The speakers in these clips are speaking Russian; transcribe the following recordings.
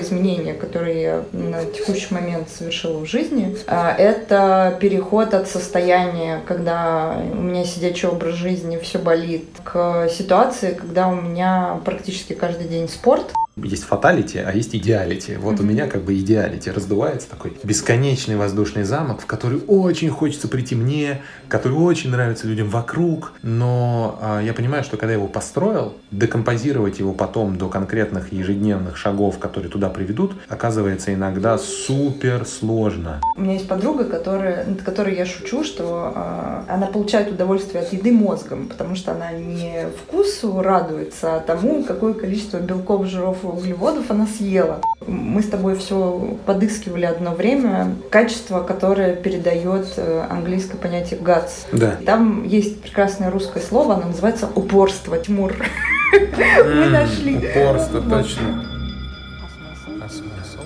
изменения, которые я на текущий момент совершила в жизни, это переход от состояния, когда у меня сидячий образ жизни, все болит, к ситуации, когда у меня практически каждый день спорт. Есть фаталити, а есть идеалити. Вот у меня как бы идеалити раздувается такой бесконечный воздушный замок, в который очень хочется прийти мне, который очень нравится людям вокруг, но я понимаю, что когда я его построил, декомпозировать его потом до конкретных ежедневных шагов, которые туда приведут, оказывается иногда супер сложно. У меня есть подруга, над которой я шучу, что она получает удовольствие от еды мозгом, потому что она не вкусу радуется, а тому, какое количество белков, жиров и углеводов она съела. Мы с тобой все подыскивали одно время качество, которое передает английское понятие guts. Да. Там есть прекрасное русское слово, оно называется упорство. Тимур, мы нашли. Упорство, точно. А смысл?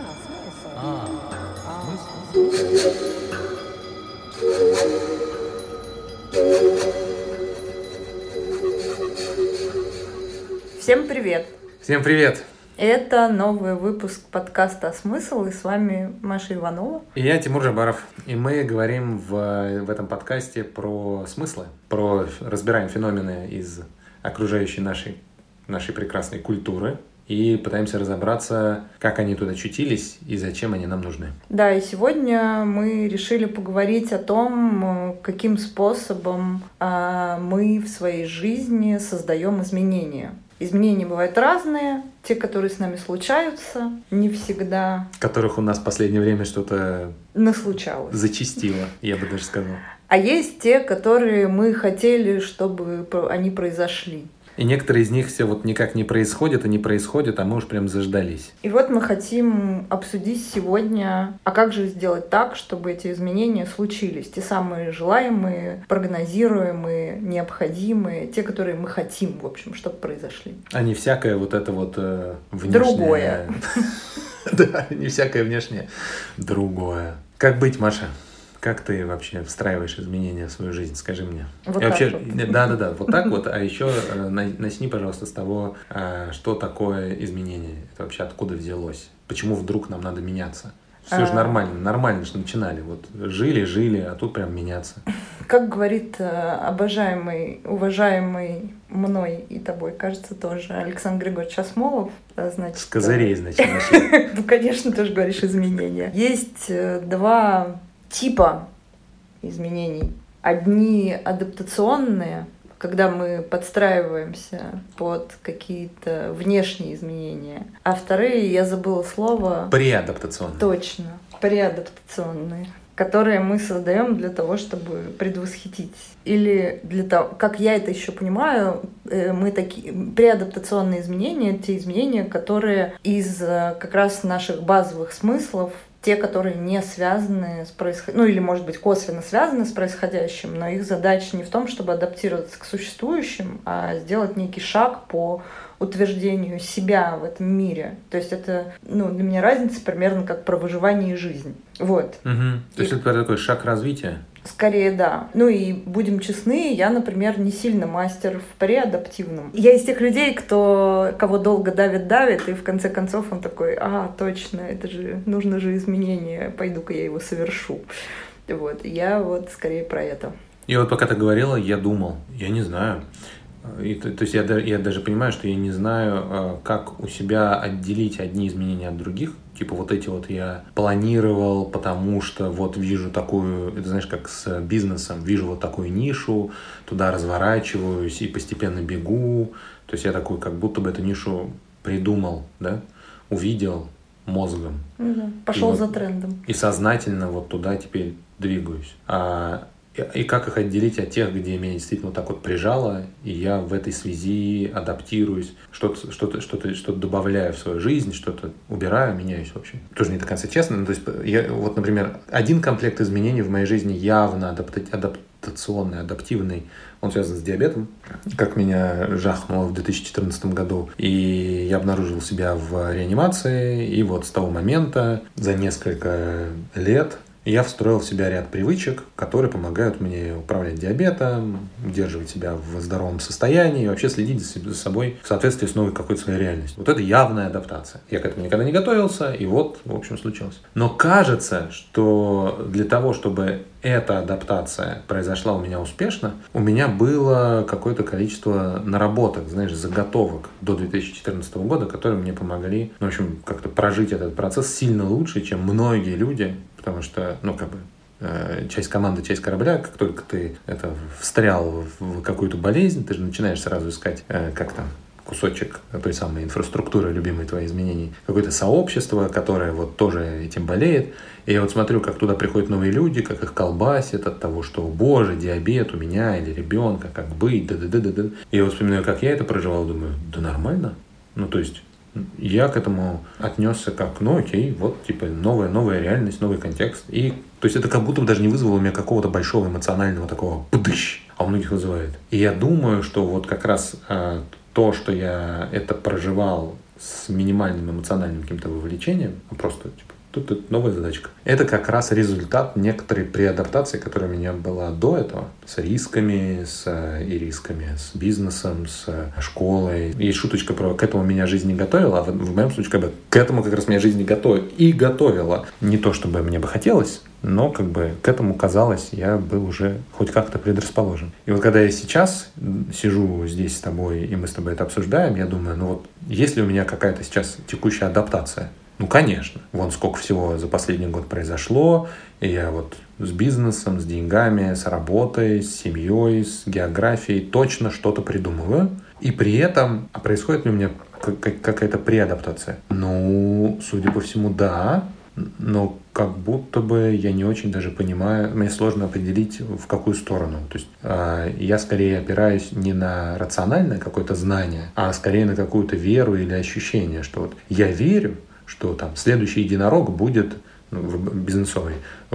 Всем привет! Всем привет! Это новый выпуск подкаста «Смысл», и с вами Маша Иванова. И я, Тимур Жабаров. И мы говорим в этом подкасте про смыслы, разбираем феномены из окружающей нашей прекрасной культуры и пытаемся разобраться, как они туда очутились и зачем они нам нужны. Да, и сегодня мы решили поговорить о том, каким способом мы в своей жизни создаем изменения. Изменения бывают разные, те, которые с нами случаются, не всегда. Которых у нас в последнее время что-то наслучалось. Зачастило, я бы даже сказал. А есть те, которые мы хотели, чтобы они произошли. И некоторые из них все вот никак не происходят, а мы уж прям заждались. И вот мы хотим обсудить сегодня, а как же сделать так, чтобы эти изменения случились. Те самые желаемые, прогнозируемые, необходимые, те, которые мы хотим, в общем, чтобы произошли. А не всякое вот это вот внешнее. Другое. Да, не всякое внешнее. Другое. Как быть, Маша? Как ты вообще встраиваешь изменения в свою жизнь? Скажи мне. Вот вообще, так вот. Да, вот так вот. А еще начни, пожалуйста, с того, что такое изменение. Это вообще откуда взялось? Почему вдруг нам надо меняться? Все же нормально же начинали. Вот жили, а тут прям меняться. Как говорит обожаемый, уважаемый мной и тобой, кажется, тоже Александр Григорьевич Асмолов, значит... С козырей, значит. Ну, конечно, ты же говоришь изменения. Есть два типа изменений. Одни адаптационные, когда мы подстраиваемся под какие-то внешние изменения. А вторые, я забыла слово... Преадаптационные. Точно, преадаптационные, которые мы создаем для того, чтобы предвосхитить. Или для того, как я это еще понимаю, мы такие преадаптационные изменения, те изменения, которые из как раз наших базовых смыслов, те, которые не связаны с происходящим, или, может быть, косвенно связаны с происходящим, но их задача не в том, чтобы адаптироваться к существующим, а сделать некий шаг по утверждению себя в этом мире. То есть это, для меня разница примерно как про выживание и жизнь. Вот. Угу. То есть это такой шаг развития? Скорее, да. И будем честны, я, например, не сильно мастер в преадаптивном. Я из тех людей, кого долго давит, и в конце концов он такой: точно, это же, нужно же изменение, пойду-ка я его совершу. Вот, я вот скорее про это. И вот пока ты говорила, я думал, я не знаю. То есть я даже понимаю, что я не знаю, как у себя отделить одни изменения от других. Типа вот эти вот я планировал, потому что вот вижу такую, это знаешь, как с бизнесом, вижу вот такую нишу, туда разворачиваюсь и постепенно бегу. То есть я такой, как будто бы эту нишу придумал, да, увидел мозгом. Пошел за трендом. И сознательно вот туда теперь двигаюсь. И как их отделить от тех, где меня действительно вот так вот прижало, и я в этой связи адаптируюсь, что-то добавляю в свою жизнь, что-то убираю, меняюсь, в общем. Тоже не до конца честно. То есть вот, например, один комплект изменений в моей жизни явно адаптационный, адаптивный, он связан с диабетом, как меня жахнуло в 2014 году. И я обнаружил себя в реанимации, и вот с того момента за несколько лет я встроил в себя ряд привычек, которые помогают мне управлять диабетом, удерживать себя в здоровом состоянии и вообще следить за собой в соответствии с новой какой-то своей реальностью. Вот это явная адаптация. Я к этому никогда не готовился, и вот, в общем, случилось. Но кажется, что для того, чтобы эта адаптация произошла у меня успешно, у меня было какое-то количество наработок, знаешь, заготовок до 2014 года, которые мне помогли, в общем, как-то прожить этот процесс сильно лучше, чем многие люди, потому что, часть команды, часть корабля, как только ты встрял в какую-то болезнь, ты же начинаешь сразу искать, кусочек той самой инфраструктуры, любимой твоей изменений, какое-то сообщество, которое вот тоже этим болеет. И я вот смотрю, как туда приходят новые люди, как их колбасит от того, что, боже, диабет у меня или ребенка, как быть, да-да-да-да-да. И я вот вспоминаю, как я это проживал, думаю, да нормально. То есть я к этому отнесся как, окей, вот, типа, новая реальность, новый контекст. И, то есть это как будто бы даже не вызвало у меня какого-то большого эмоционального такого пдыщ, а у многих вызывает. И я думаю, что вот как раз то, что я это проживал с минимальным эмоциональным каким-то вовлечением, просто, типа, тут новая задачка. Это как раз результат некоторой преадаптации, которая у меня была до этого. С рисками, с бизнесом, с школой. Есть шуточка про «к этому меня жизнь не готовила», а в моем случае к этому как раз меня жизнь не готовила. Не то, чтобы мне бы хотелось, но к этому, казалось, я был уже хоть как-то предрасположен. И вот когда я сейчас сижу здесь с тобой, и мы с тобой это обсуждаем, я думаю, есть ли у меня какая-то сейчас текущая адаптация? Конечно. Вон сколько всего за последний год произошло. И я вот с бизнесом, с деньгами, с работой, с семьей, с географией точно что-то придумываю. И при этом происходит ли у меня какая-то преадаптация? Судя по всему, да. Но как будто бы я не очень даже понимаю, мне сложно определить, в какую сторону. То есть я скорее опираюсь не на рациональное какое-то знание, а скорее на какую-то веру или ощущение, что вот я верю, что там следующий единорог будет бизнесовый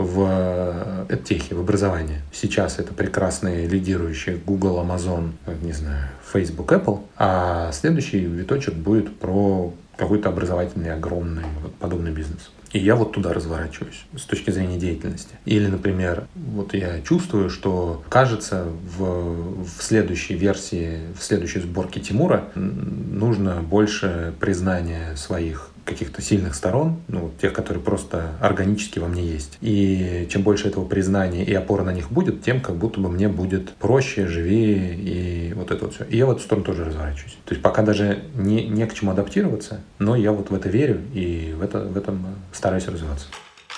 в эдтехе, в образовании. Сейчас это прекрасные лидирующие Google, Amazon, Facebook, Apple, а следующий виточек будет про какой-то образовательный, огромный, подобный бизнес. И я вот туда разворачиваюсь с точки зрения деятельности. Или, например, вот я чувствую, что, кажется, в следующей версии, в следующей сборке Тимура нужно больше признания своих каких-то сильных сторон, тех, которые просто органически во мне есть. И чем больше этого признания и опора на них будет, тем как будто бы мне будет проще, живее и вот это вот все. И я в эту сторону тоже разворачиваюсь. То есть пока даже не к чему адаптироваться, но я вот в это верю и в этом стараюсь развиваться.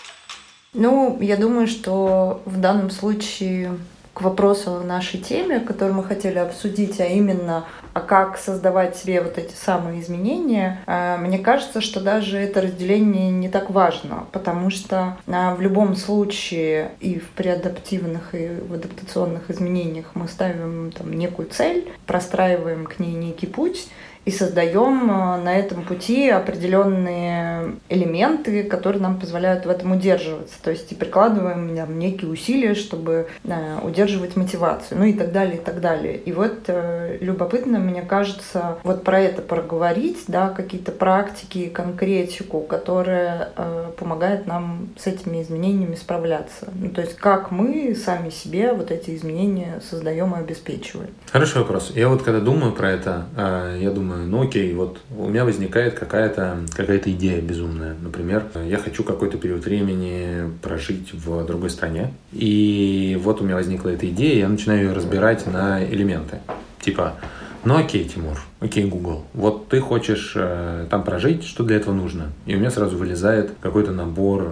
Я думаю, что в данном случае к вопросу о нашей теме, которую мы хотели обсудить, а именно, как создавать себе вот эти самые изменения, мне кажется, что даже это разделение не так важно, потому что в любом случае и в преадаптивных, и в адаптационных изменениях мы ставим некую цель, простраиваем к ней некий путь, и создаем на этом пути определенные элементы, которые нам позволяют в этом удерживаться. То есть и прикладываем некие усилия, чтобы удерживать мотивацию, и так далее, и так далее. И вот любопытно, мне кажется, вот про это проговорить, какие-то практики, конкретику, которая помогает нам с этими изменениями справляться. То есть как мы сами себе вот эти изменения создаем и обеспечиваем. Хороший вопрос. Я вот когда думаю про это, я думаю, окей, вот у меня возникает какая-то идея безумная. Например, я хочу какой-то период времени прожить в другой стране. И вот у меня возникла эта идея, я начинаю ее разбирать на элементы. Типа, окей, Тимур, окей, Google, вот ты хочешь там прожить, что для этого нужно? И у меня сразу вылезает какой-то набор,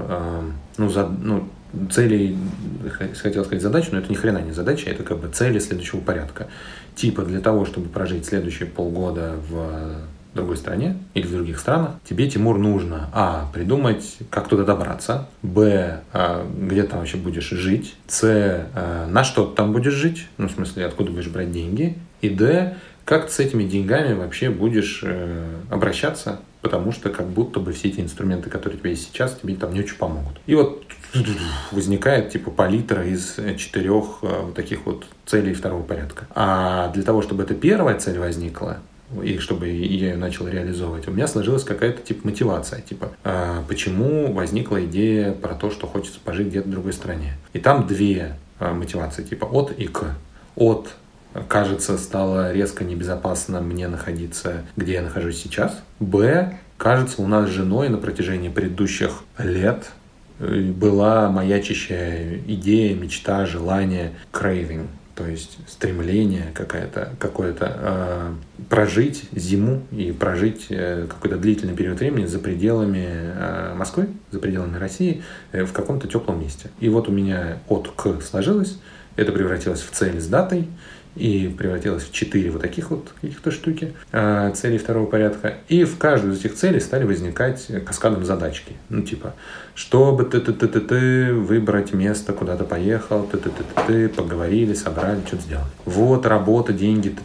целей, хотел сказать задач, но это ни хрена не задача, это цели следующего порядка. Типа для того, чтобы прожить следующие полгода в другой стране или в других странах, тебе, Тимур, нужно придумать, как туда добраться, б, где там вообще будешь жить, с, на что ты там будешь жить, в смысле, откуда будешь брать деньги, и д, как ты с этими деньгами вообще будешь обращаться, потому что как будто бы все эти инструменты, которые у тебя есть сейчас, тебе там не очень помогут. И вот возникает палитра из 4 таких вот целей второго порядка. А для того, чтобы эта первая цель возникла, и чтобы я ее начал реализовывать, у меня сложилась какая-то типа мотивация, типа почему возникла идея про то, что хочется пожить где-то в другой стране. И там две мотивации, типа от и к. От, кажется, стало резко небезопасно мне находиться, где я нахожусь сейчас. Б, кажется, у нас с женой на протяжении предыдущих лет была маячащая идея, мечта, желание, craving, то есть стремление какое-то прожить зиму и прожить какой-то длительный период времени за пределами Москвы, за пределами России, в каком-то теплом месте. И вот у меня от к сложилось, это превратилось в цель с датой, и превратилось в 4 вот таких вот каких-то штуки, целей второго порядка. И в каждую из этих целей стали возникать каскадом задачки. Ну, типа, чтобы ты выбрать место, куда ты поехал, поговорили, собрали, что-то сделали. Вот, работа, деньги,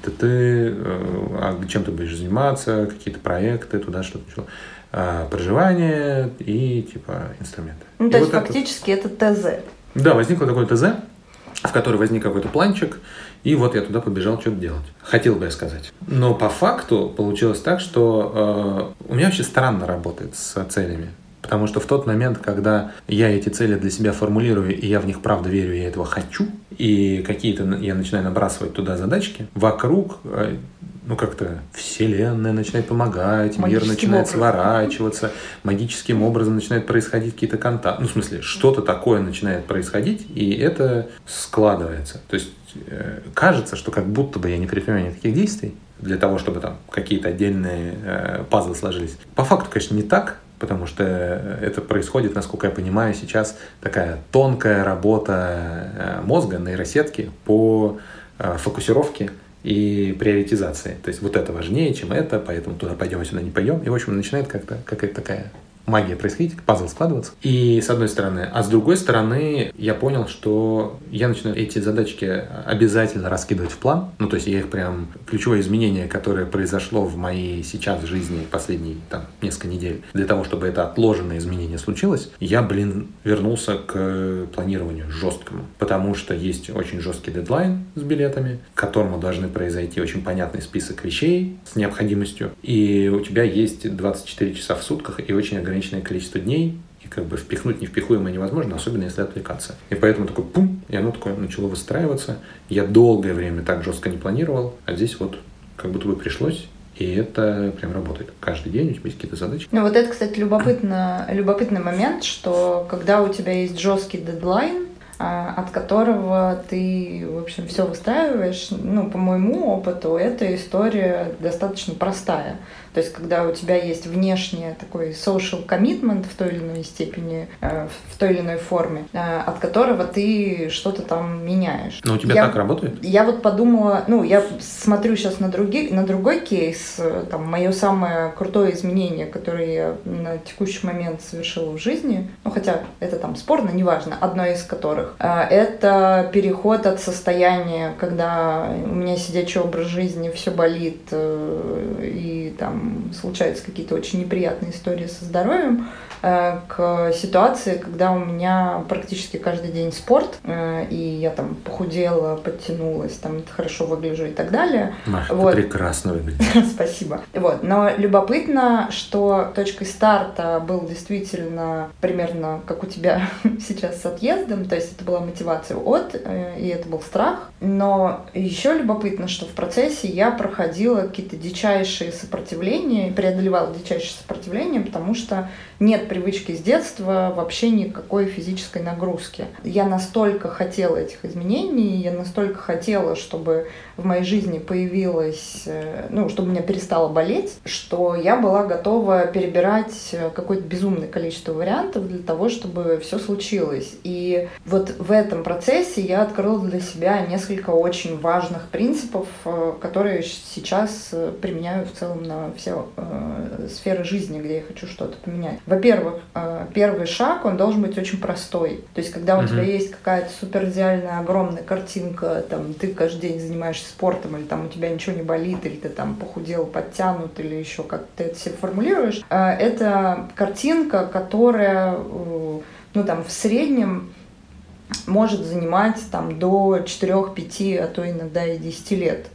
чем ты будешь заниматься, какие-то проекты, туда что-то. Проживание и, типа, инструменты. Ну, то есть, фактически это ТЗ. Да, возникло такое ТЗ, в который возник какой-то планчик, и вот я туда побежал что-то делать. Хотел бы я сказать. Но по факту получилось так, что у меня вообще странно работает с целями. Потому что в тот момент, когда я эти цели для себя формулирую, и я в них правда верю, я этого хочу, и какие-то я начинаю набрасывать туда задачки, вокруг как-то вселенная начинает помогать, мир начинает сворачиваться, магическим образом начинают происходить какие-то контакты. Ну, в смысле, что-то такое начинает происходить, и это складывается. То есть кажется, что как будто бы я не предпринимаю никаких действий для того, чтобы там какие-то отдельные пазлы сложились. По факту, конечно, не так, потому что это происходит, насколько я понимаю, сейчас такая тонкая работа мозга, нейросетки по фокусировке и приоритизации. То есть вот это важнее, чем это, поэтому туда пойдем, а сюда не пойдем. И, в общем, начинает как-то какая-то такая магия происходить, пазл складываться. И с одной стороны. А с другой стороны, я понял, что я начинаю эти задачки обязательно раскидывать в план. Ну, то есть я их прям... Ключевое изменение, которое произошло в моей сейчас жизни последние там несколько недель, для того, чтобы это отложенное изменение случилось, я, вернулся к планированию жесткому. Потому что есть очень жесткий дедлайн с билетами, к которому должны произойти очень понятный список вещей с необходимостью. И у тебя есть 24 часа в сутках и очень ограниченное количество дней, и как бы впихнуть невпихуемое невозможно, особенно если отвлекаться. И поэтому такой пум, и оно такое начало выстраиваться. Я долгое время так жестко не планировал, а здесь вот как будто бы пришлось, и это прям работает. Каждый день у тебя есть какие-то задачи. Ну вот это, кстати, любопытный момент, что когда у тебя есть жесткий дедлайн, от которого ты, в общем, все выстраиваешь, по моему опыту, эта история достаточно простая. То есть, когда у тебя есть внешний такой social commitment в той или иной степени, в той или иной форме, от которого ты что-то там меняешь. Но у тебя так работает? Я вот подумала, я смотрю сейчас на другой кейс, там, мое самое крутое изменение, которое я на текущий момент совершила в жизни, хотя это там спорно, неважно, одно из которых, это переход от состояния, когда у меня сидячий образ жизни, все болит, и там случаются какие-то очень неприятные истории со здоровьем, к ситуации, когда у меня практически каждый день спорт, и я там похудела, подтянулась, там хорошо выгляжу и так далее. Маша, ты прекрасно выглядишь. Спасибо. Но любопытно, что точкой старта был действительно примерно как у тебя сейчас с отъездом, то есть это была мотивация от, и это был страх. Но еще любопытно, что в процессе я проходила какие-то дичайшие сопротивления, преодолевала дичайшие сопротивления, потому что нет привычки с детства вообще никакой физической нагрузки. Я настолько хотела этих изменений, я настолько хотела, чтобы в моей жизни появилось, чтобы у меня перестало болеть, что я была готова перебирать какое-то безумное количество вариантов для того, чтобы все случилось. И вот в этом процессе я открыла для себя несколько очень важных принципов, которые сейчас применяю в целом на все сферы жизни, где я хочу что-то поменять. Во-первых, первый шаг, он должен быть очень простой. То есть, когда у тебя есть какая-то супер идеальная, огромная картинка, там, ты каждый день занимаешься спортом, или там у тебя ничего не болит, или ты там похудел, подтянут, или еще как ты это себе формулируешь, это картинка, которая, в среднем может занимать там до 4-5, а то иногда и 10 лет.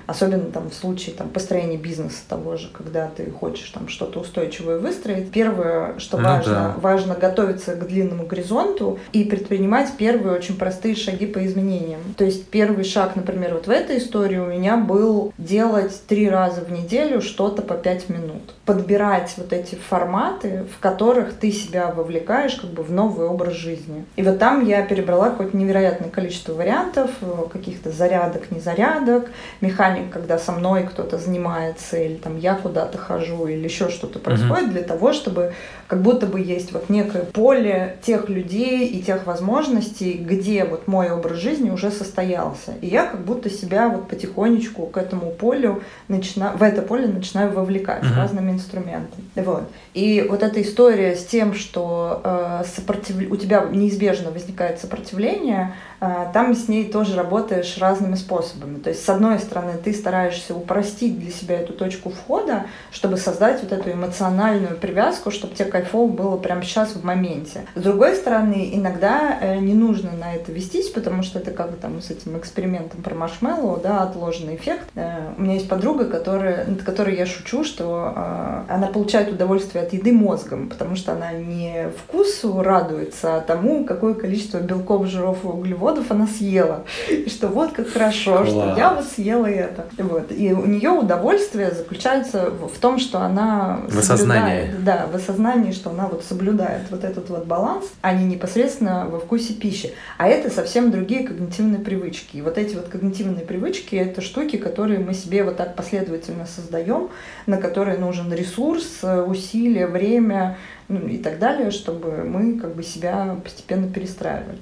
особенно там в случае там построения бизнеса того же, когда ты хочешь там что-то устойчивое выстроить. Первое, что важно готовиться к длинному горизонту и предпринимать первые очень простые шаги по изменениям. То есть первый шаг, например, вот в этой истории у меня был делать 3 раза в неделю что-то по 5 минут. Подбирать вот эти форматы, в которых ты себя вовлекаешь как бы в новый образ жизни. И вот там я перебрала какое-то невероятное количество вариантов, каких-то зарядок, незарядок, механик, когда со мной кто-то занимается, или там я куда-то хожу, или еще что-то происходит, для того, чтобы как будто бы есть вот некое поле тех людей и тех возможностей, где вот мой образ жизни уже состоялся. И я как будто себя вот потихонечку к этому полю в это поле начинаю вовлекать разными инструментами. Вот. И вот эта история с тем, что у тебя неизбежно возникает сопротивление, там с ней тоже работаешь разными способами. То есть, с одной стороны, ты стараешься упростить для себя эту точку входа, чтобы создать вот эту эмоциональную привязку, чтобы тебе кайфово было прямо сейчас в моменте. С другой стороны, иногда не нужно на это вестись, потому что это как там с этим экспериментом про маршмеллоу, да, отложенный эффект. У меня есть подруга, над которой я шучу, что она получает удовольствие от еды мозгом, потому что она не вкусу радуется, а тому, какое количество белков, жиров и углеводов она съела. И что вот как хорошо, что я вот съела это. Вот. И у нее удовольствие заключается в том, что она в осознании. Да, в осознании, что она вот соблюдает вот этот вот баланс, а не непосредственно во вкусе пищи. А это совсем другие когнитивные привычки. И вот эти вот когнитивные привычки — это штуки, которые мы себе вот так последовательно создаем, на которые нужен ресурс, усилия, время, и так далее, чтобы мы как бы себя постепенно перестраивали.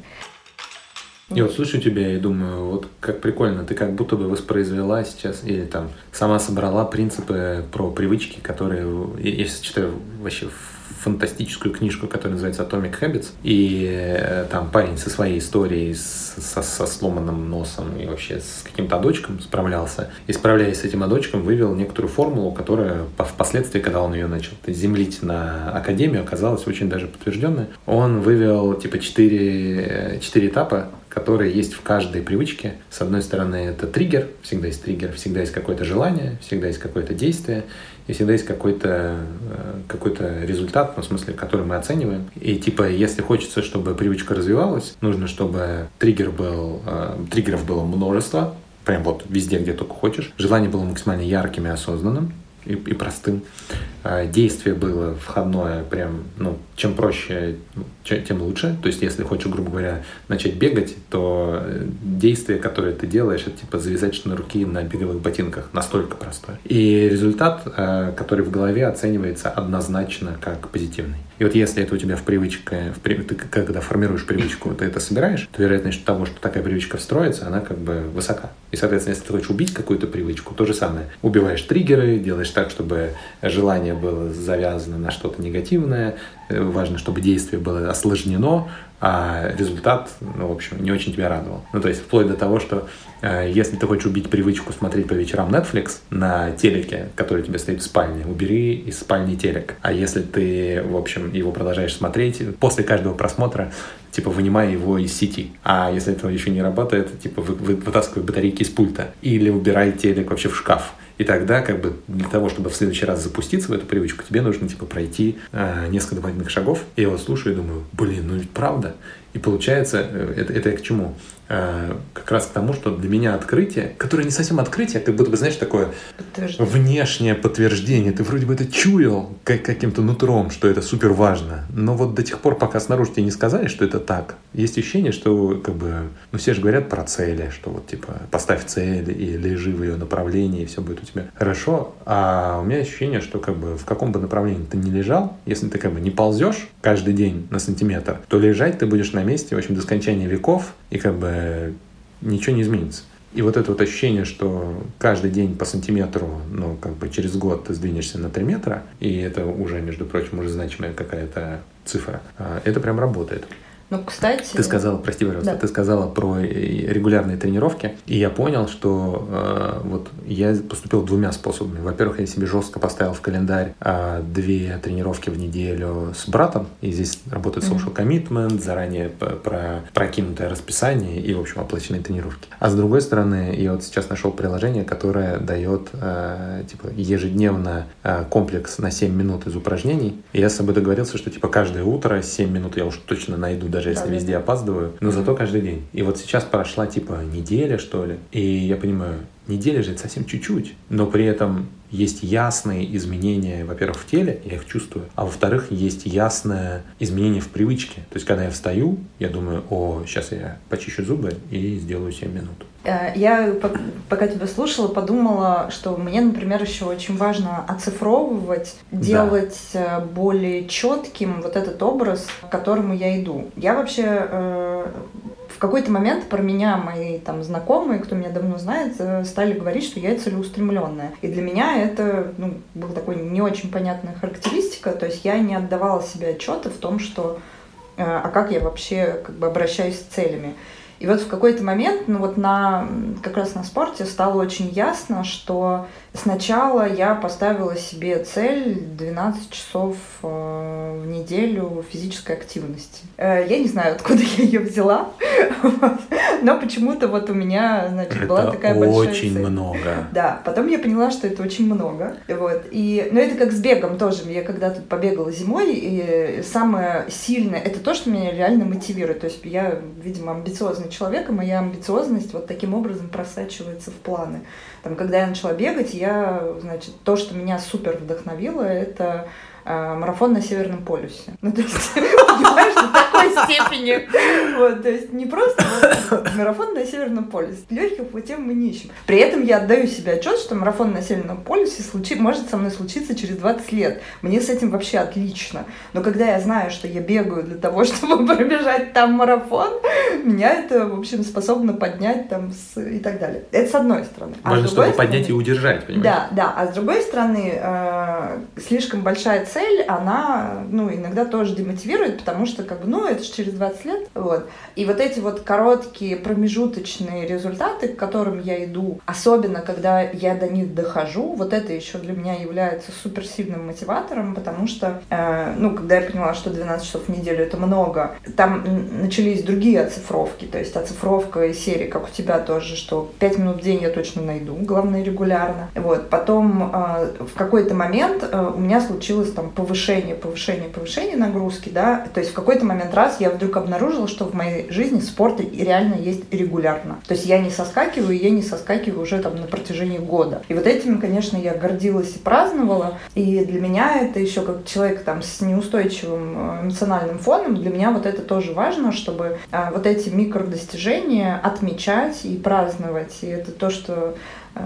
Я вот слышу тебя и думаю, вот как прикольно, ты как будто бы воспроизвела сейчас или там сама собрала принципы про привычки, которые, я сейчас читаю вообще фантастическую книжку, которая называется Atomic Habits, и там парень со своей историей, со сломанным носом и вообще с каким-то одочком справлялся. И справляясь с этим одочком, вывел некоторую формулу, которая впоследствии, когда он ее начал землить на академию, оказалась очень даже подтвержденной. Он вывел типа 4 этапа, которые есть в каждой привычке. С одной стороны, это триггер, всегда есть триггер, всегда есть какое-то желание, всегда есть какое-то действие, и всегда есть какой-то результат, в смысле, который мы оцениваем. И типа, если хочется, чтобы привычка развивалась, нужно, чтобы триггеров было множество, прям вот везде, где только хочешь. Желание было максимально ярким и осознанным и простым. Действие было входное, прям, чем проще, тем лучше. То есть, если хочешь, грубо говоря, начать бегать, то действие, которое ты делаешь, это типа завязать шнурки на беговых ботинках. Настолько простое. И результат, который в голове оценивается однозначно как позитивный. И вот если это у тебя в привычке, ты когда формируешь привычку, ты это собираешь, то вероятность того, что такая привычка встроится, она как бы высока. И, соответственно, если ты хочешь убить какую-то привычку, то же самое. Убиваешь триггеры, делаешь так, чтобы желание было завязано на что-то негативное, важно, чтобы действие было осложнено, а результат, в общем, не очень тебя радовал. То есть вплоть до того, что если ты хочешь убить привычку смотреть по вечерам Netflix на телеке, который у тебя стоит в спальне, убери из спальни телек. А если ты, в общем, его продолжаешь смотреть, после каждого просмотра, типа, вынимай его из сети. А если этого еще не работает, типа, вытаскивай батарейки из пульта. Или убирай телек вообще в шкаф. И тогда, как бы, для того, чтобы в следующий раз запуститься в эту привычку, тебе нужно, типа, пройти несколько дополнительных шагов. И я вот слушаю и думаю, ну ведь правда. И получается, это я к чему? Как раз к тому, что для меня открытие, которое не совсем открытие, как будто бы, знаешь, такое внешнее подтверждение. Ты вроде бы это чуял каким-то нутром, что это супер важно. Но вот до тех пор, пока снаружи тебе не сказали, что это так, есть ощущение, что как бы, все же говорят про цели, что вот типа поставь цель и лежи в ее направлении, и все будет у тебя хорошо. А у меня ощущение, что как бы в каком бы направлении ты ни лежал, если ты как бы не ползешь каждый день на сантиметр, то лежать ты будешь на месте, в общем, до скончания веков, и как бы ничего не изменится. И вот это вот ощущение, что каждый день по сантиметру, как бы через год ты сдвинешься на 3 метра, и это уже, между прочим, уже значимая какая-то цифра, это прям работает. Ну, кстати... Ты сказала, прости, пожалуйста, Да. ты сказала про регулярные тренировки, и я понял, что вот я поступил двумя способами. Во-первых, я себе жестко поставил в календарь 2 тренировки в неделю с братом, и здесь работает social commitment, заранее прокинутое расписание и, в общем, оплаченные тренировки. А с другой стороны, я вот сейчас нашел приложение, которое дает типа ежедневно комплекс на 7 минут из упражнений, и я с собой договорился, что типа каждое утро 7 минут я уж точно найду, даже если везде опаздываю, но зато каждый день. И вот сейчас прошла типа неделя, что ли, и я понимаю, неделя же это совсем чуть-чуть, но при этом есть ясные изменения, во-первых, в теле, я их чувствую, а во-вторых, есть ясное изменение в привычке. То есть, когда я встаю, я думаю, сейчас я почищу зубы и сделаю 7 минут. Я, пока тебя слушала, подумала, что мне, например, еще очень важно оцифровывать, делать более четким вот этот образ, к которому я иду. Я вообще... В какой-то момент про меня мои там знакомые, кто меня давно знает, стали говорить, что я целеустремленная. И для меня это была такой не очень понятная характеристика. То есть я не отдавала себе отчета в том, что как я вообще как бы обращаюсь с целями. И вот в какой-то момент, как раз на спорте стало очень ясно, что сначала я поставила себе цель 12 часов в неделю физической активности. Я не знаю, откуда я ее взяла, но почему-то вот у меня, была такая большая цель. Это очень много. Да, потом я поняла, что это очень много. Вот. Но это как с бегом тоже. Я когда тут побегала зимой, и самое сильное, это то, что меня реально мотивирует. То есть я, видимо, амбициозный человек, и моя амбициозность вот таким образом просачивается в планы. Когда я начала бегать, то, что меня супер вдохновило, это марафон на Северном полюсе. То есть, понимаешь, до такой степени. То есть не просто марафон на Северном полюсе. Легких путей мы не ищем. При этом я отдаю себе отчет, что марафон на Северном полюсе может со мной случиться через 20 лет. Мне с этим вообще отлично. Но когда я знаю, что я бегаю для того, чтобы пробежать там марафон, меня это, в общем, способно поднять и так далее. Это с одной стороны. Важно, чтобы поднять и удержать, понимаешь? Да. А с другой стороны, слишком большая цель, она, иногда тоже демотивирует, потому что, это же через 20 лет. Вот. И вот эти вот короткие промежуточные результаты, к которым я иду, особенно когда я до них дохожу, вот это еще для меня является суперсильным мотиватором, потому что, когда я поняла, что 12 часов в неделю это много, там начались другие оцифровки, то есть оцифровка из серии, как у тебя тоже, что 5 минут в день я точно найду, главное регулярно. Вот. Потом в какой-то момент у меня случилось повышение нагрузки, да, то есть в какой-то момент я вдруг обнаружила, что в моей жизни спорт реально есть регулярно. То есть я не соскакиваю уже на протяжении года. И вот этим, конечно, я гордилась и праздновала. И для меня это еще как человек с неустойчивым эмоциональным фоном, для меня вот это тоже важно, чтобы вот эти микродостижения отмечать и праздновать. И это то, что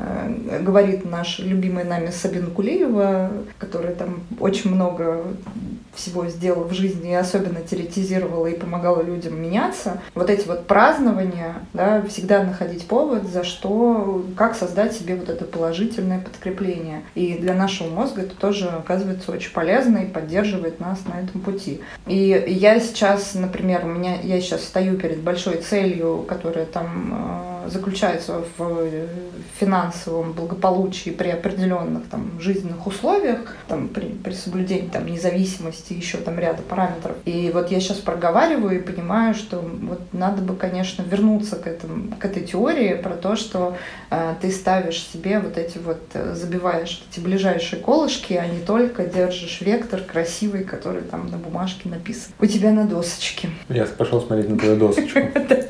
говорит наша любимая нами Сабина Кулиева, которая очень много всего сделала в жизни и особенно теоретизировала и помогала людям меняться. Вот эти вот празднования, да, всегда находить повод, как создать себе вот это положительное подкрепление. И для нашего мозга это тоже оказывается очень полезно и поддерживает нас на этом пути. И я сейчас, например, я сейчас стою перед большой целью, которая заключается в финансовом благополучии при определенных жизненных условиях, при соблюдении независимости, еще ряда параметров. И вот я сейчас проговариваю и понимаю, что вот надо бы, конечно, вернуться к этой теории про то, что ты ставишь себе забиваешь эти ближайшие колышки, а не только держишь вектор красивый, который на бумажке написан у тебя на досочке. Я пошел смотреть на твою досочку.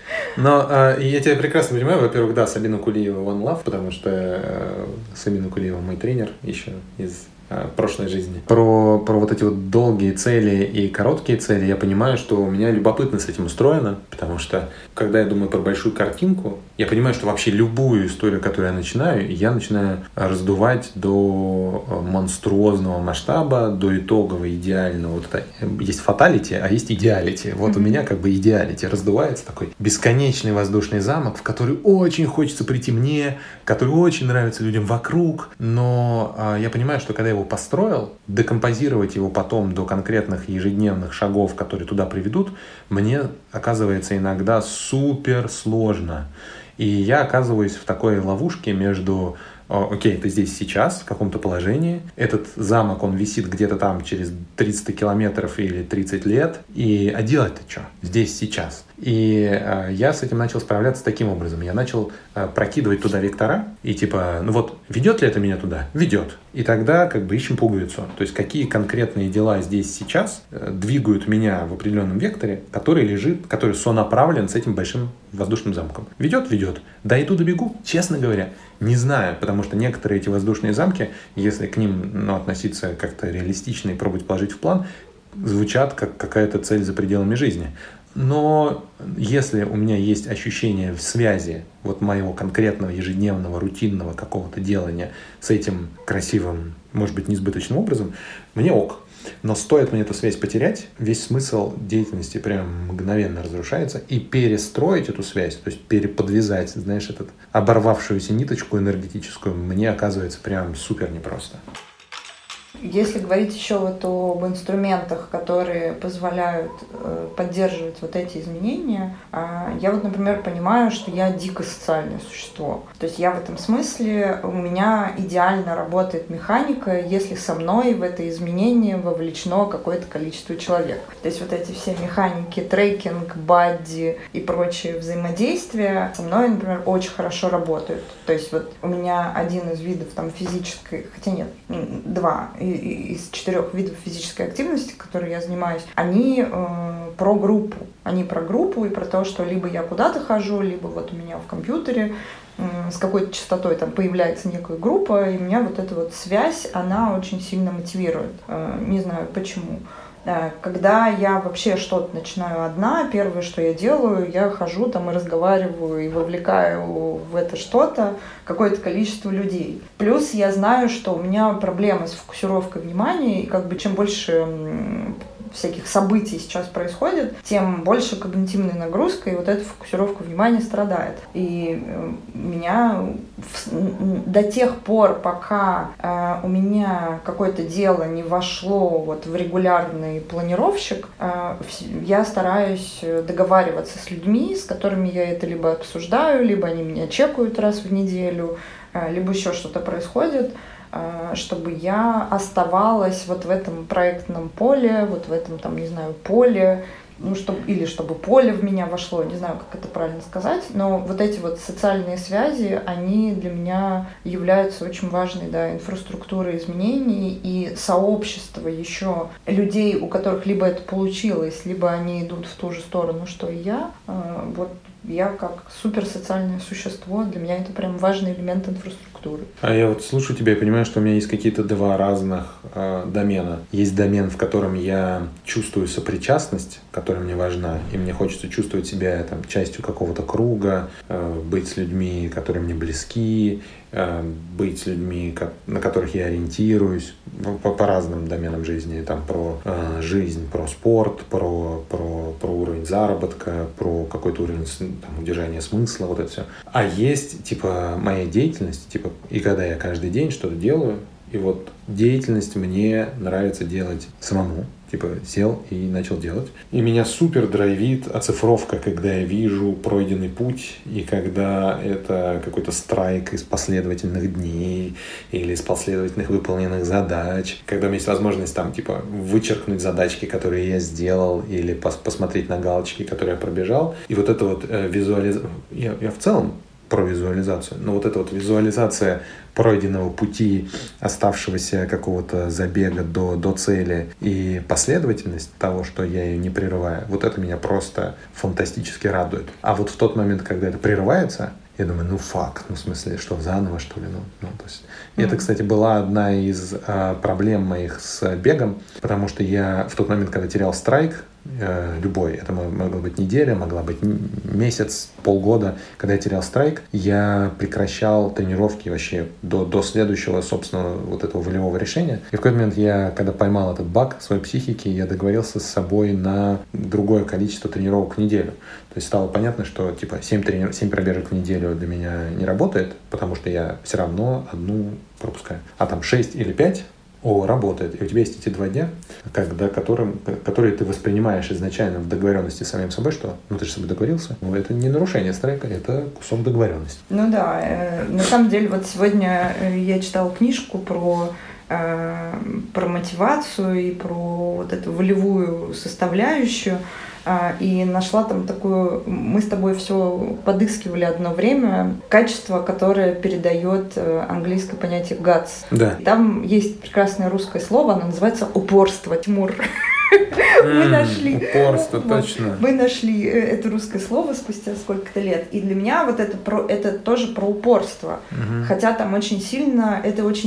Но я тебя прекрасно понимаю. Во-первых, да, Сабина Кулиева One Love, потому что Сабина Кулиева мой тренер еще из прошлой жизни. Про вот эти вот долгие цели и короткие цели я понимаю, что у меня любопытно с этим устроено, потому что когда я думаю про большую картинку, я понимаю, что вообще любую историю, которую я начинаю раздувать до монструозного масштаба, до итогового идеального. Есть фаталити, а есть идеалити. Вот у меня идеалити раздувается такой бесконечный воздушный замок, в который очень хочется прийти мне, который очень нравится людям вокруг, но я понимаю, что когда я его построил, декомпозировать его потом до конкретных ежедневных шагов, которые туда приведут, мне оказывается иногда супер сложно. И я оказываюсь в такой ловушке между: окей, ты здесь сейчас, в каком-то положении. Этот замок, он висит где-то там через 300 километров или 30 лет. А делать-то что? Здесь, сейчас. И я с этим начал справляться таким образом. Я начал прокидывать туда вектора. И ведет ли это меня туда? Ведет. И тогда ищем пуговицу. То есть, какие конкретные дела здесь, сейчас двигают меня в определенном векторе, который сонаправлен с этим большим воздушным замком. Ведет? Ведет. Дойду, добегу? Честно говоря, не знаю, потому что некоторые эти воздушные замки, если к ним относиться как-то реалистично и пробовать положить в план, звучат как какая-то цель за пределами жизни. Но если у меня есть ощущение в связи моего конкретного ежедневного рутинного какого-то делания с этим красивым, может быть, несбыточным образом, мне ок. Но стоит мне эту связь потерять, весь смысл деятельности прям мгновенно разрушается. И перестроить эту связь, то есть переподвязать, эту оборвавшуюся ниточку энергетическую, мне оказывается прям супер непросто. Если говорить еще об инструментах, которые позволяют поддерживать эти изменения, я например, понимаю, что я дико социальное существо. То есть я в этом смысле, у меня идеально работает механика, если со мной в это изменение вовлечено какое-то количество человек. То есть эти все механики, трекинг, бадди и прочие взаимодействия со мной, например, очень хорошо работают. То есть у меня один из видов физической, хотя нет, два из 4 видов физической активности, которые я занимаюсь, они про группу. Они про группу и про то, что либо я куда-то хожу, либо у меня в компьютере с какой-то частотой появляется некая группа, и меня эта связь, она очень сильно мотивирует. Не знаю почему. Когда я вообще что-то начинаю одна, первое, что я делаю, я хожу и разговариваю, и вовлекаю в это что-то какое-то количество людей. Плюс я знаю, что у меня проблема с фокусировкой внимания, и чем больше всяких событий сейчас происходит, тем больше когнитивной нагрузкой, и эта фокусировка внимания страдает. И меня до тех пор, пока у меня какое-то дело не вошло в регулярный планировщик, я стараюсь договариваться с людьми, с которыми я это либо обсуждаю, либо они меня чекают раз в неделю, либо еще что-то происходит, чтобы я оставалась в этом проектном поле, в этом, поле, чтобы поле в меня вошло, не знаю, как это правильно сказать, но эти социальные связи, они для меня являются очень важной, инфраструктурой изменений, и сообщество еще людей, у которых либо это получилось, либо они идут в ту же сторону, что и я, я как суперсоциальное существо, для меня это прям важный элемент инфраструктуры. А я слушаю тебя и понимаю, что у меня есть какие-то два разных домена. Есть домен, в котором я чувствую сопричастность, которая мне важна, и мне хочется чувствовать себя частью какого-то круга, быть с людьми, которые мне близки, быть с людьми, на которых я ориентируюсь по разным доменам жизни, про жизнь, про спорт, про уровень заработка, про какой-то уровень удержания смысла, это все. А есть моя деятельность, и когда я каждый день что-то делаю, и деятельность мне нравится делать самому. Сел и начал делать. И меня супер драйвит оцифровка, когда я вижу пройденный путь, и когда это какой-то страйк из последовательных дней или из последовательных выполненных задач. Когда у меня есть возможность вычеркнуть задачки, которые я сделал, или посмотреть на галочки, которые я пробежал. И визуализация. Я в целом про визуализацию, но эта визуализация пройденного пути, оставшегося какого-то забега до цели и последовательность того, что я ее не прерываю, это меня просто фантастически радует. А в тот момент, когда это прерывается, я думаю, в смысле, что, заново, что ли? И это, кстати, была одна из проблем моих с бегом, потому что я в тот момент, когда терял страйк, любой, это могла быть неделя, могла быть месяц, полгода, когда я терял страйк, я прекращал тренировки вообще до следующего, собственно, этого волевого решения. И в какой-то момент я, когда поймал этот баг своей психики, я договорился с собой на другое количество тренировок в неделю. То есть стало понятно, что 7 пробежек в неделю для меня не работает, потому что я все равно одну пропускаю. А 6 или 5 работает. И у тебя есть эти 2 дня, которые ты воспринимаешь изначально в договоренности с самим собой, что ты же с собой договорился, но это не нарушение страйка, это кусок договоренности. Ну да, на самом деле вот сегодня я читала книжку про мотивацию и про вот эту волевую составляющую. И нашла там такую... Мы с тобой все подыскивали одно время. Качество, которое передает английское понятие guts. Да. Там есть прекрасное русское слово, оно называется упорство. Тимур, мы нашли. Упорство, точно. Мы нашли это русское слово спустя сколько-то лет. И для меня вот это тоже про упорство. Хотя там очень сильно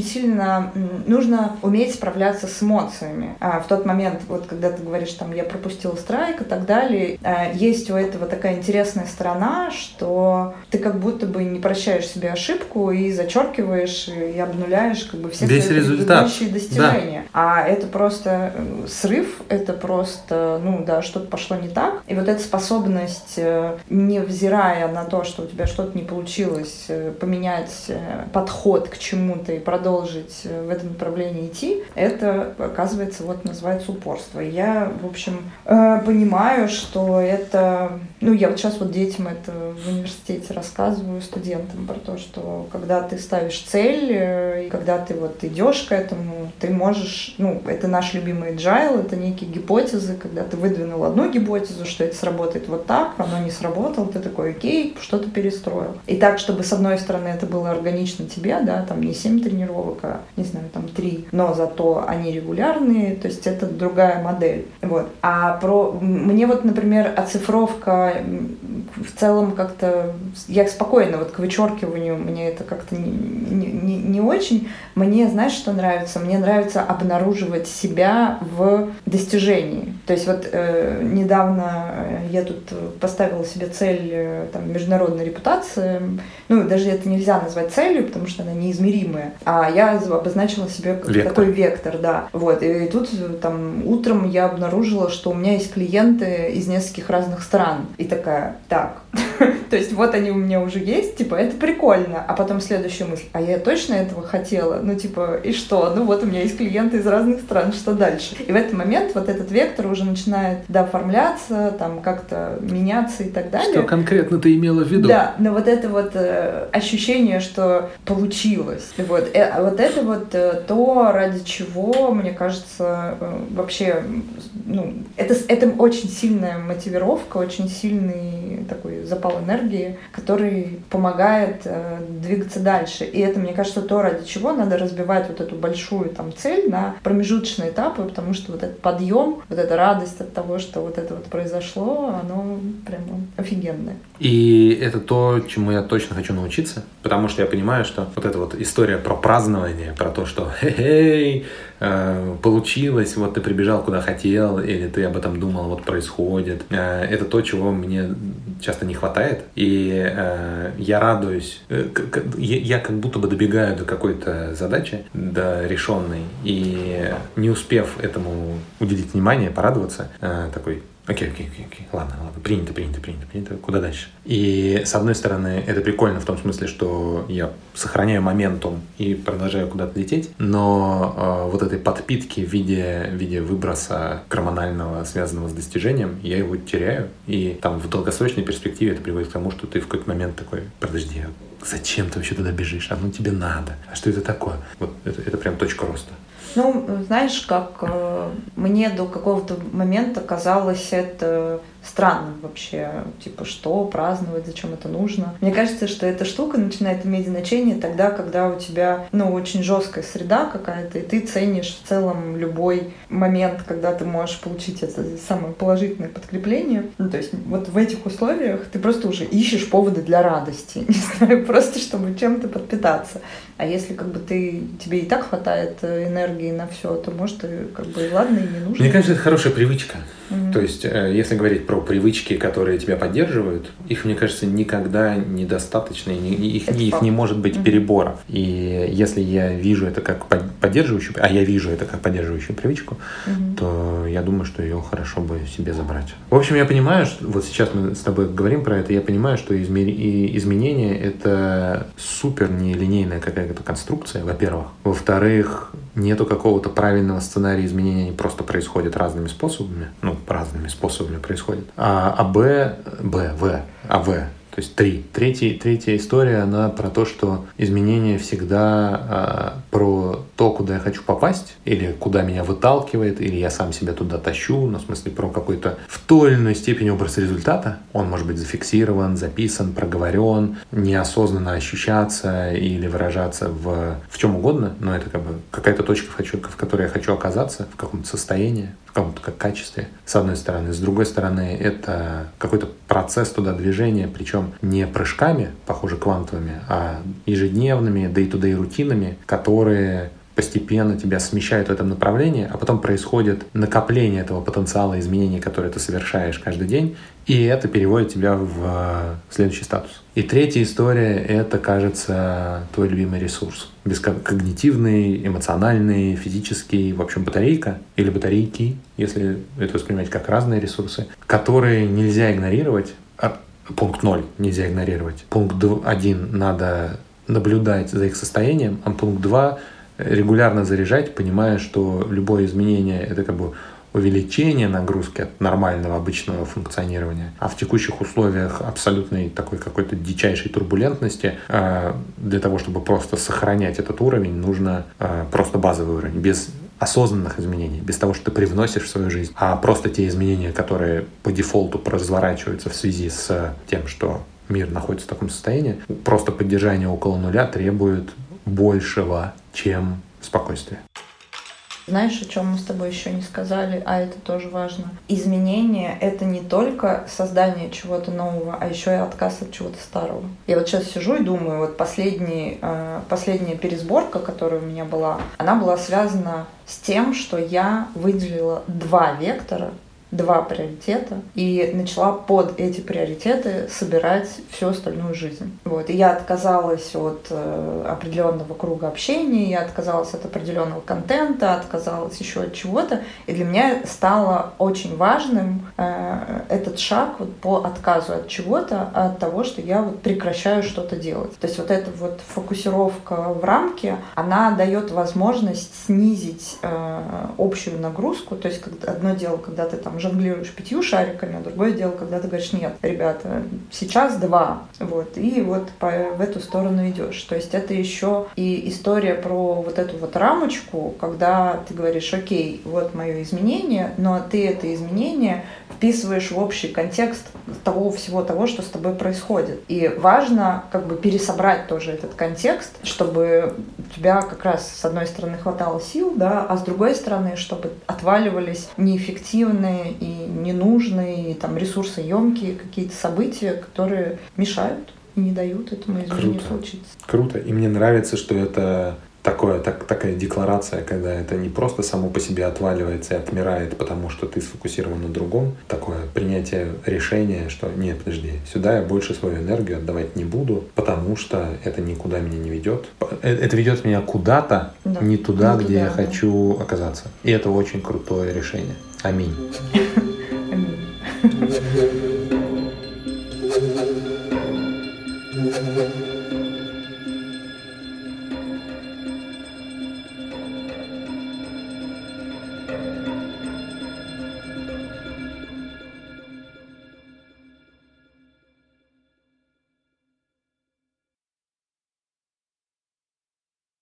нужно уметь справляться с эмоциями. В тот момент, вот когда ты говоришь, там, я пропустила страйк и так далее, есть у этого такая интересная сторона, что ты как будто бы не прощаешь себе ошибку и зачеркиваешь и обнуляешь как бы все свои предыдущие достижения. Да. А это просто срыв, это просто, что-то пошло не так. И вот эта способность, невзирая на то, что у тебя что-то не получилось, поменять подход к чему-то и продолжить в этом направлении идти, это, оказывается, называется упорство. И я, в общем, понимаю, что это... я вот сейчас детям это в университете рассказываю, студентам, про то, что когда ты ставишь цель, и когда ты идешь к этому, ты можешь... это наш любимый agile, это некие гипотезы, когда ты выдвинул одну гипотезу, что это сработает вот так, оно не сработало, ты такой, окей, что-то перестроил. И так, чтобы с одной стороны это было органично тебе, да, там не 7 тренировок, а, не знаю, там 3, но зато они регулярные, то есть это другая модель. А мне например, оцифровка в целом как-то... Я спокойно к вычеркиванию, мне это как-то не очень. Мне, знаешь, что нравится? Мне нравится обнаруживать себя в достижении. То есть недавно я тут поставила себе цель международной репутации. Даже это нельзя назвать целью, потому что она неизмеримая. А я обозначила себе такой вектор, да. И тут утром я обнаружила, что у меня есть клиенты из нескольких разных стран. И такая, так, то есть они у меня уже есть, это прикольно. А потом следующая мысль, а я точно этого хотела? И что? У меня есть клиенты из разных стран, что дальше? И в этот момент этот вектор уже начинает оформляться, как-то меняться и так далее. Что конкретно ты имела в виду? Да, но это ощущение, что получилось. Это то, ради чего, мне кажется, вообще, это очень сильная мотивировка, очень сильный такой запал энергии, который помогает двигаться дальше. И это, мне кажется, то, ради чего надо разбивать эту большую цель на промежуточные этапы, потому что этот подъем, эта радость от того, что это произошло, оно прямо офигенное. И это то, чему я точно хочу научиться, потому что я понимаю, что эта история про празднование, про то, что хе-хей, получилось, ты прибежал куда хотел, или ты об этом думал, происходит. Это то, чего мне часто не хватает, и я радуюсь, я как будто бы добегаю до какой-то задачи, до решенной, и не успев этому уделить внимание, порадоваться, такой, окей, ладно, принято, куда дальше? И, с одной стороны, это прикольно в том смысле, что я сохраняю моментум и продолжаю куда-то лететь, но этой подпитки в виде выброса гормонального, связанного с достижением, я его теряю, и в долгосрочной перспективе это приводит к тому, что ты в какой-то момент такой, подожди, зачем ты вообще туда бежишь? Тебе надо. А что это такое? Это прям точка роста. Знаешь, как мне до какого-то момента казалось это странным вообще, что праздновать, зачем это нужно. Мне кажется, что эта штука начинает иметь значение тогда, когда у тебя, очень жесткая среда какая-то, и ты ценишь в целом любой момент, когда ты можешь получить это самое положительное подкрепление. То есть в этих условиях ты просто уже ищешь поводы для радости, не знаю, просто чтобы чем-то подпитаться. А если тебе и так хватает энергии на все, то может и ладно, и не нужно. Мне кажется, это хорошая привычка. То есть, если говорить про привычки, которые тебя поддерживают, их, мне кажется, никогда недостаточно, их не может быть перебора. И если я вижу это как поддерживающую, а я вижу это как поддерживающую привычку, то я думаю, что ее хорошо бы себе забрать. В общем, я понимаю, что сейчас мы с тобой говорим про это, я понимаю, что изменение — это супер нелинейная какая-то конструкция, во-первых. Во-вторых, нету какого-то правильного сценария изменения, они просто происходят разными способами. Разными способами происходят. То есть 3. Третья история, она про то, что изменения всегда про то, куда я хочу попасть, или куда меня выталкивает, или я сам себя туда тащу, в смысле про какой-то в той или иной степени образ результата. Он может быть зафиксирован, записан, проговорен, неосознанно ощущаться или выражаться в чем угодно, но это как бы какая-то точка, в которой я хочу оказаться, в каком-то состоянии, в каком-то как качестве, с одной стороны. С другой стороны, это какой-то процесс туда движения, причем не прыжками, похоже, квантовыми, а ежедневными, day-to-day рутинами, которые постепенно тебя смещают в этом направлении, а потом происходит накопление этого потенциала изменений, которые ты совершаешь каждый день, и это переводит тебя в следующий статус. И третья история — это, кажется, твой любимый ресурс. Когнитивный, эмоциональный, физический, в общем, батарейка или батарейки, если это воспринимать как разные ресурсы, которые нельзя игнорировать. Пункт 0 нельзя игнорировать. Пункт 1 надо наблюдать за их состоянием, а пункт 2 регулярно заряжать, понимая, что любое изменение — это как бы увеличение нагрузки от нормального обычного функционирования. А в текущих условиях абсолютной такой какой-то дичайшей турбулентности для того, чтобы просто сохранять этот уровень, нужно просто базовый уровень, без осознанных изменений, без того, что ты привносишь в свою жизнь, а просто те изменения, которые по дефолту разворачиваются в связи с тем, что мир находится в таком состоянии, просто поддержание около нуля требует большего, чем спокойствие. Знаешь, о чем мы с тобой еще не сказали, а это тоже важно. Изменение — это не только создание чего-то нового, а еще и отказ от чего-то старого. Я вот сейчас сижу и думаю, вот последняя пересборка, которая у меня была, она была связана с тем, что я выделила 2 вектора, 2 приоритета, и начала под эти приоритеты собирать всю остальную жизнь. Вот. И я отказалась от определенного круга общения, я отказалась от определенного контента, отказалась еще от чего-то. И для меня стало очень важным этот шаг вот по отказу от чего-то, от того, что я вот прекращаю что-то делать. То есть вот эта вот фокусировка в рамке, она дает возможность снизить общую нагрузку. То есть одно дело, когда ты там жонглируешь 5 шариками, а другое дело, когда ты говоришь: нет, ребята, сейчас 2. Вот, и вот в эту сторону идешь. То есть это еще и история про вот эту вот рамочку, когда ты говоришь: окей, вот мое изменение, но ты это изменение вписываешь в общий контекст всего того, что с тобой происходит. И важно как бы пересобрать тоже этот контекст, чтобы у тебя как раз с одной стороны хватало сил, да, а с другой стороны, чтобы отваливались неэффективные и ненужные, и, там, ресурсоемкие какие-то события, которые мешают и не дают этому изменению случиться. Круто. И мне нравится, что это такая декларация, когда это не просто само по себе отваливается и отмирает, потому что ты сфокусирован на другом. Такое принятие решения, что нет, подожди, сюда я больше свою энергию отдавать не буду, потому что это никуда меня не ведет. Это ведет меня куда-то, да, не туда, где я хочу оказаться. И это очень крутое решение. Аминь.